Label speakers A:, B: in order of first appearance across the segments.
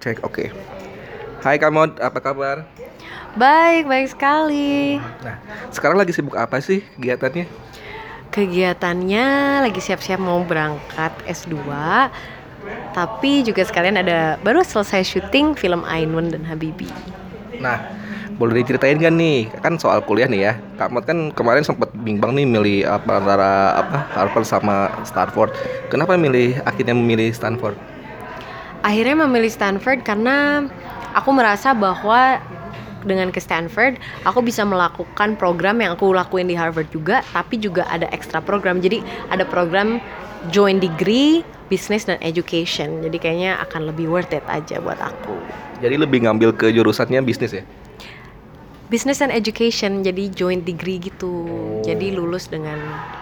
A: Cek, oke. Hai Kamod, apa kabar?
B: Baik, baik sekali.
A: Nah, sekarang lagi sibuk apa sih kegiatannya?
B: Kegiatannya lagi siap-siap mau berangkat S2, tapi juga sekalian ada baru selesai syuting film Ainun dan Habibie.
A: Nah, boleh diceritain kan nih, kan soal kuliah nih ya. Kamod kan kemarin sempat bimbang nih milih apa antara apa Harvard sama Stanford. Kenapa akhirnya memilih Stanford?
B: Akhirnya memilih Stanford karena aku merasa bahwa dengan ke Stanford, aku bisa melakukan program yang aku lakuin di Harvard juga, tapi juga ada ekstra program. Jadi ada program joint degree, business dan education. Jadi kayaknya akan lebih worth it aja buat aku.
A: Jadi lebih ngambil ke jurusannya bisnis ya?
B: Business and education, jadi joint degree gitu. Jadi lulus dengan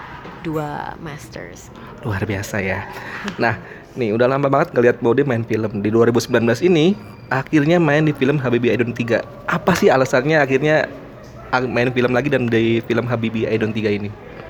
B: 2 masters.
A: Luar biasa ya. Nah, nih udah lama banget ngeliat Maudy main film. Di 2019 ini akhirnya main di film Habibie Ainun 3. Apa sih alasannya akhirnya main film lagi dan di film Habibie Ainun 3 ini?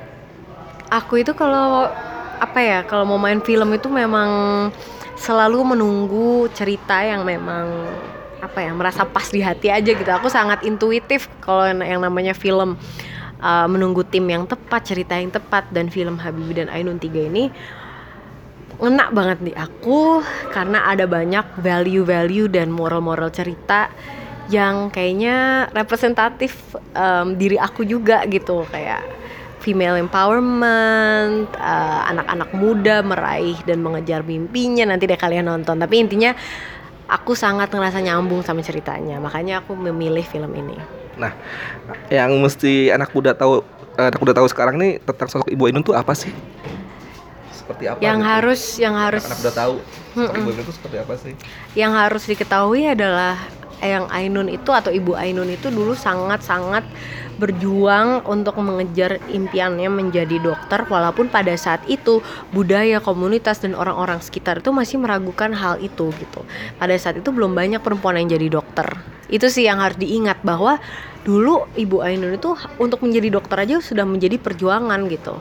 B: Aku itu kalau kalau mau main film itu memang selalu menunggu cerita yang memang merasa pas di hati aja gitu. Aku sangat intuitif kalau yang namanya film. Menunggu tim yang tepat, cerita yang tepat, dan film Habibie dan Ainun 3 ini ngena banget di aku karena ada banyak value-value dan moral-moral cerita yang kayaknya representatif diri aku juga gitu, kayak female empowerment, anak-anak muda meraih dan mengejar mimpinya. Nanti deh kalian nonton, tapi intinya aku sangat ngerasa nyambung sama ceritanya, makanya aku memilih film ini.
A: Nah, yang mesti anak muda tahu sekarang nih tentang sosok Ibu Ainun tuh apa sih? Seperti apa?
B: Yang harus
A: anak muda tahu sosok Ibu Ainun tuh seperti apa sih?
B: Yang harus diketahui adalah yang Ainun itu atau Ibu Ainun itu dulu sangat-sangat berjuang untuk mengejar impiannya menjadi dokter, walaupun pada saat itu budaya, komunitas, dan orang-orang sekitar itu masih meragukan hal itu gitu. Pada saat itu belum banyak perempuan yang jadi dokter. Itu sih yang harus diingat, bahwa dulu Ibu Ainun itu untuk menjadi dokter aja sudah menjadi perjuangan gitu.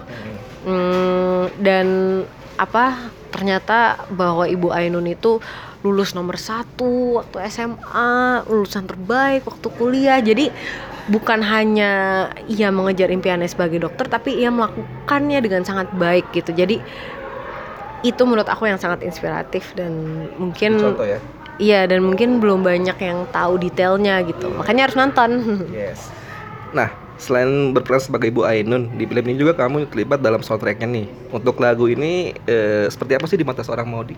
B: Dan ternyata bahwa Ibu Ainun itu lulus nomor 1 waktu SMA, lulusan terbaik waktu kuliah. Jadi bukan hanya ia mengejar impiannya sebagai dokter, tapi ia melakukannya dengan sangat baik gitu. Jadi itu menurut aku yang sangat inspiratif dan mungkin
A: contoh ya.
B: Iya, dan mungkin belum banyak yang tahu detailnya gitu. Makanya harus nonton.
A: Yes. Nah, selain berperan sebagai Ibu Ainun, di film ini juga kamu terlibat dalam soundtracknya nih. Untuk lagu ini seperti apa sih di mata seorang Maudy?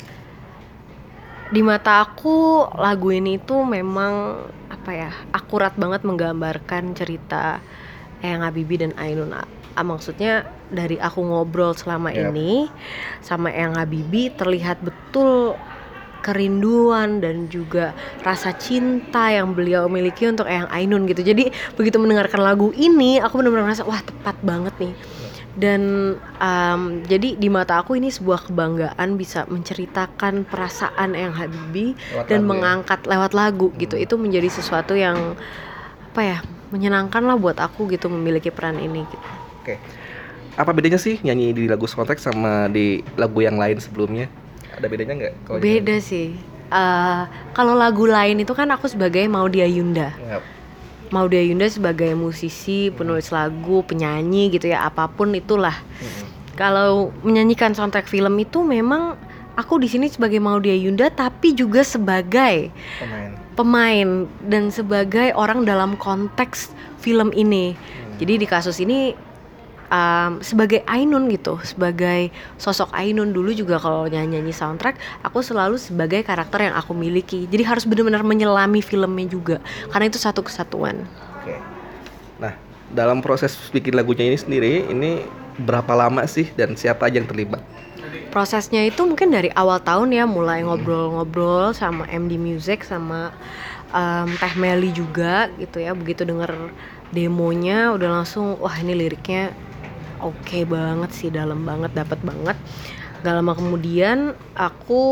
B: Di mata aku lagu ini tuh memang akurat banget menggambarkan cerita Eyang Habibie dan Ainun. Maksudnya dari aku ngobrol selama ini sama Eyang Habibie, terlihat betul kerinduan dan juga rasa cinta yang beliau miliki untuk Eyang Ainun gitu. Jadi begitu mendengarkan lagu ini, aku benar-benar merasa wah, tepat banget nih. Dan jadi di mata aku ini sebuah kebanggaan bisa menceritakan perasaan Eyang Habibie dan mengangkat lewat lagu gitu. Itu menjadi sesuatu yang menyenangkan lah buat aku gitu, memiliki peran ini gitu.
A: Oke. Apa bedanya sih nyanyi di lagu soundtrack sama di lagu yang lain sebelumnya? Ada bedanya nggak?
B: Beda sih. Kalau lagu lain itu kan aku sebagai Maudy Ayunda. Maudy Ayunda sebagai musisi, penulis lagu, penyanyi gitu ya, apapun itulah. Kalau menyanyikan soundtrack film itu memang aku di sini sebagai Maudy Ayunda, tapi juga sebagai pemain dan sebagai orang dalam konteks film ini. Jadi di kasus ini sebagai Ainun gitu, sebagai sosok Ainun. Dulu juga kalau nyanyi soundtrack, aku selalu sebagai karakter yang aku miliki. Jadi harus benar-benar menyelami filmnya juga, karena itu satu kesatuan.
A: Oke. Nah, dalam proses bikin lagunya ini sendiri, ini berapa lama sih dan siapa aja yang terlibat?
B: Prosesnya itu mungkin dari awal tahun ya, mulai ngobrol-ngobrol sama MD Music, sama Teh Meli juga gitu ya. Begitu denger demonya udah langsung, wah ini liriknya oke banget sih, dalam banget, dapet banget. Gak lama kemudian aku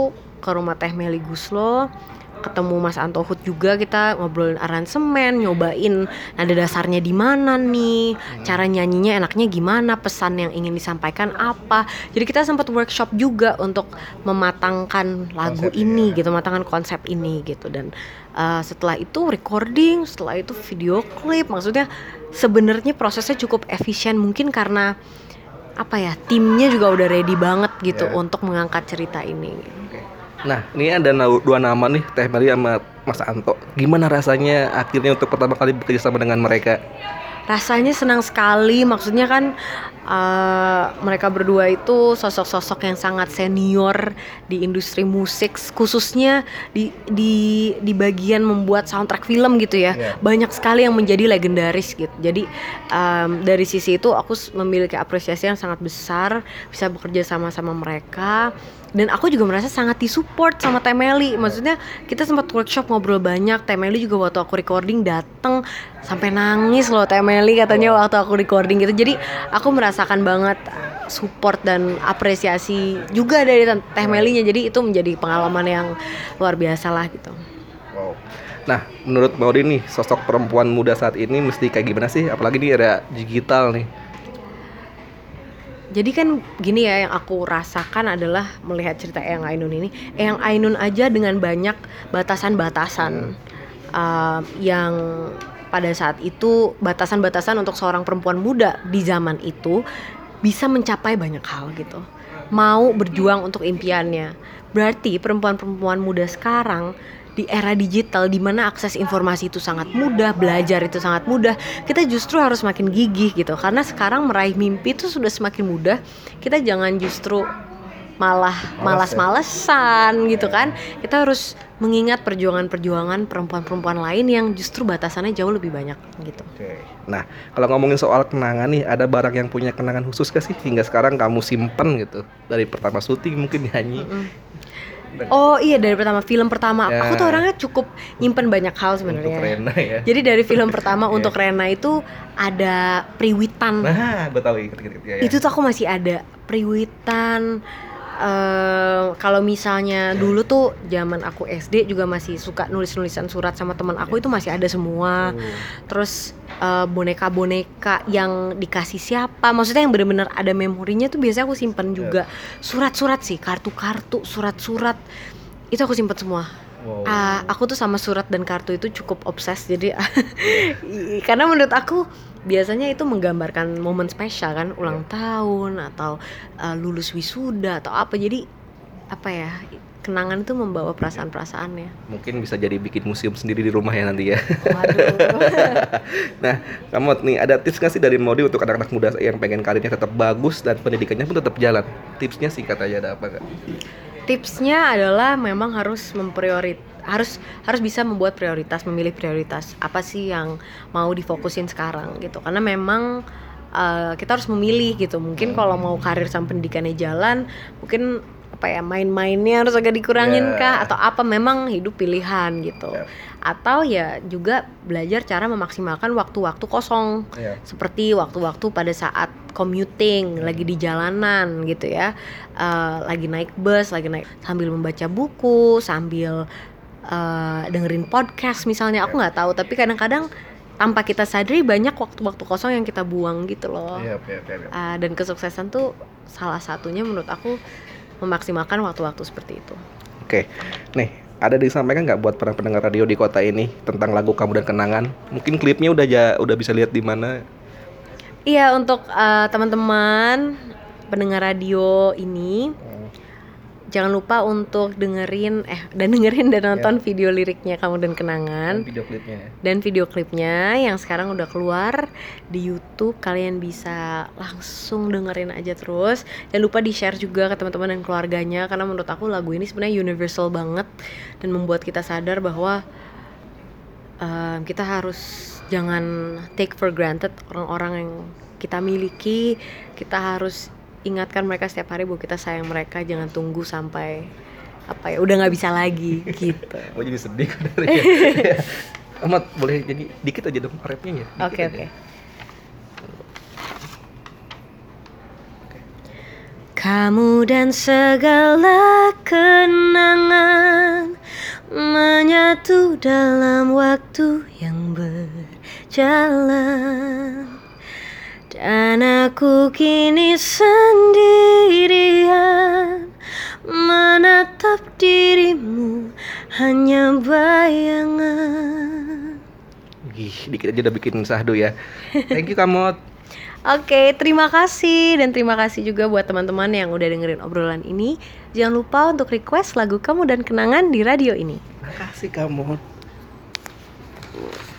B: ke rumah Teh Meli Guslo, ketemu Mas Anto Hood juga, kita ngobrolin aransemen, nyobain nada dasarnya di mana nih, cara nyanyinya enaknya gimana, pesan yang ingin disampaikan apa. Jadi kita sempat workshop juga untuk mematangkan lagu ini gitu, mematangkan konsep ini gitu. Dan setelah itu recording, setelah itu video klip. Maksudnya sebenarnya prosesnya cukup efisien, mungkin karena apa ya, timnya juga udah ready banget gitu untuk mengangkat cerita ini.
A: Nah, ini ada dua nama nih, Teh Meli sama Mas Anto. Gimana rasanya akhirnya untuk pertama kali bekerja sama dengan mereka?
B: Rasanya senang sekali, maksudnya kan mereka berdua itu sosok-sosok yang sangat senior di industri musik, khususnya di bagian membuat soundtrack film gitu ya. Banyak sekali yang menjadi legendaris gitu. Jadi dari sisi itu aku memiliki apresiasi yang sangat besar bisa bekerja sama mereka. Dan aku juga merasa sangat disupport sama Teh Meli. Maksudnya kita sempat workshop, ngobrol banyak. Teh Meli juga waktu aku recording dateng sampai nangis loh Teh Meli katanya waktu aku recording gitu. Jadi aku merasakan banget support dan apresiasi juga dari Teh Melinya. Jadi itu menjadi pengalaman yang luar biasa lah gitu.
A: Wow. Nah, menurut Maudy nih, sosok perempuan muda saat ini mesti kayak gimana sih? Apalagi di era digital nih.
B: Jadi kan gini ya, yang aku rasakan adalah melihat cerita Eyang Ainun ini. Eyang Ainun aja dengan banyak batasan-batasan yang pada saat itu, batasan-batasan untuk seorang perempuan muda di zaman itu bisa mencapai banyak hal gitu. Mau berjuang untuk impiannya. Berarti perempuan-perempuan muda sekarang di era digital di mana akses informasi itu sangat mudah, belajar itu sangat mudah, kita justru harus makin gigih gitu. Karena sekarang meraih mimpi itu sudah semakin mudah. Kita jangan justru malah malas-malesan gitu kan. Kita harus mengingat perjuangan-perjuangan perempuan-perempuan lain yang justru batasannya jauh lebih banyak gitu.
A: Nah, kalau ngomongin soal kenangan nih, ada barang yang punya kenangan khusus gak sih hingga sekarang kamu simpen gitu? Dari pertama syuting mungkin nyanyi.
B: Oh iya, dari film pertama aku tuh orangnya cukup nyimpen banyak hal sebenarnya.
A: Untuk Rena ya.
B: Jadi dari film pertama untuk Rena itu ada Priwitan.
A: Nah, gue tahu ya.
B: Itu tuh aku masih ada Priwitan. Kalau misalnya dulu tuh zaman aku SD juga masih suka nulis-nulisan surat sama teman aku, itu masih ada semua. Terus boneka-boneka yang dikasih siapa, maksudnya yang benar-benar ada memorinya tuh biasanya aku simpen juga. Surat-surat sih, kartu-kartu, surat-surat itu aku simpen semua. Aku tuh sama surat dan kartu itu cukup obses. Jadi karena menurut aku biasanya itu menggambarkan momen spesial kan, ulang tahun atau lulus wisuda atau apa. Jadi apa ya, kenangan itu membawa perasaan-perasaannya.
A: Mungkin bisa jadi bikin museum sendiri di rumah ya nanti ya.
B: Waduh.
A: Nah, kamu nih ada tips nggak sih dari Maudy untuk anak-anak muda yang pengen karirnya tetap bagus dan pendidikannya pun tetap jalan? Tipsnya singkat aja, ada apa nggak?
B: Tipsnya adalah memang harus harus bisa membuat prioritas, memilih prioritas apa sih yang mau difokusin sekarang gitu. Karena memang kita harus memilih gitu. Mungkin kalau mau karir sama pendidikannya jalan, mungkin apa ya, main-mainnya harus agak dikurangin kah atau apa, memang hidup pilihan gitu. Atau ya juga belajar cara memaksimalkan waktu-waktu kosong. Seperti waktu-waktu pada saat commuting, lagi di jalanan gitu ya. Lagi naik bus, sambil membaca buku, sambil dengerin podcast misalnya. Aku nggak tahu, tapi kadang-kadang tanpa kita sadari banyak waktu-waktu kosong yang kita buang gitu loh. Dan kesuksesan tuh salah satunya menurut aku memaksimalkan waktu-waktu seperti itu.
A: Oke, nih ada disampaikan nggak buat para pendengar radio di kota ini tentang lagu Kamu dan Kenangan? Mungkin klipnya udah bisa lihat di mana?
B: Iya, untuk teman-teman pendengar radio ini, jangan lupa untuk dengerin dan nonton video liriknya Kamu dan Kenangan dan video klipnya yang sekarang udah keluar di YouTube. Kalian bisa langsung dengerin aja terus. Jangan lupa di-share juga ke teman-teman dan keluarganya, karena menurut aku lagu ini sebenarnya universal banget dan membuat kita sadar bahwa kita harus jangan take for granted orang-orang yang kita miliki. Kita harus ingatkan mereka setiap hari bahwa kita sayang mereka. Jangan tunggu sampai udah nggak bisa lagi gitu.
A: Oh, jadi sedih kan? Amat, boleh jadi dikit aja dong rapnya ya?
B: Oke. Kamu dan segala kenangan menyatu dalam waktu yang berjalan. Dan aku kini sendirian, menatap dirimu hanya bayangan.
A: Dikit aja udah bikin sahdu ya. Thank you Kamot.
B: Oke, terima kasih. Dan terima kasih juga buat teman-teman yang udah dengerin obrolan ini. Jangan lupa untuk request lagu Kamu dan Kenangan di radio ini.
A: Makasih Kamot.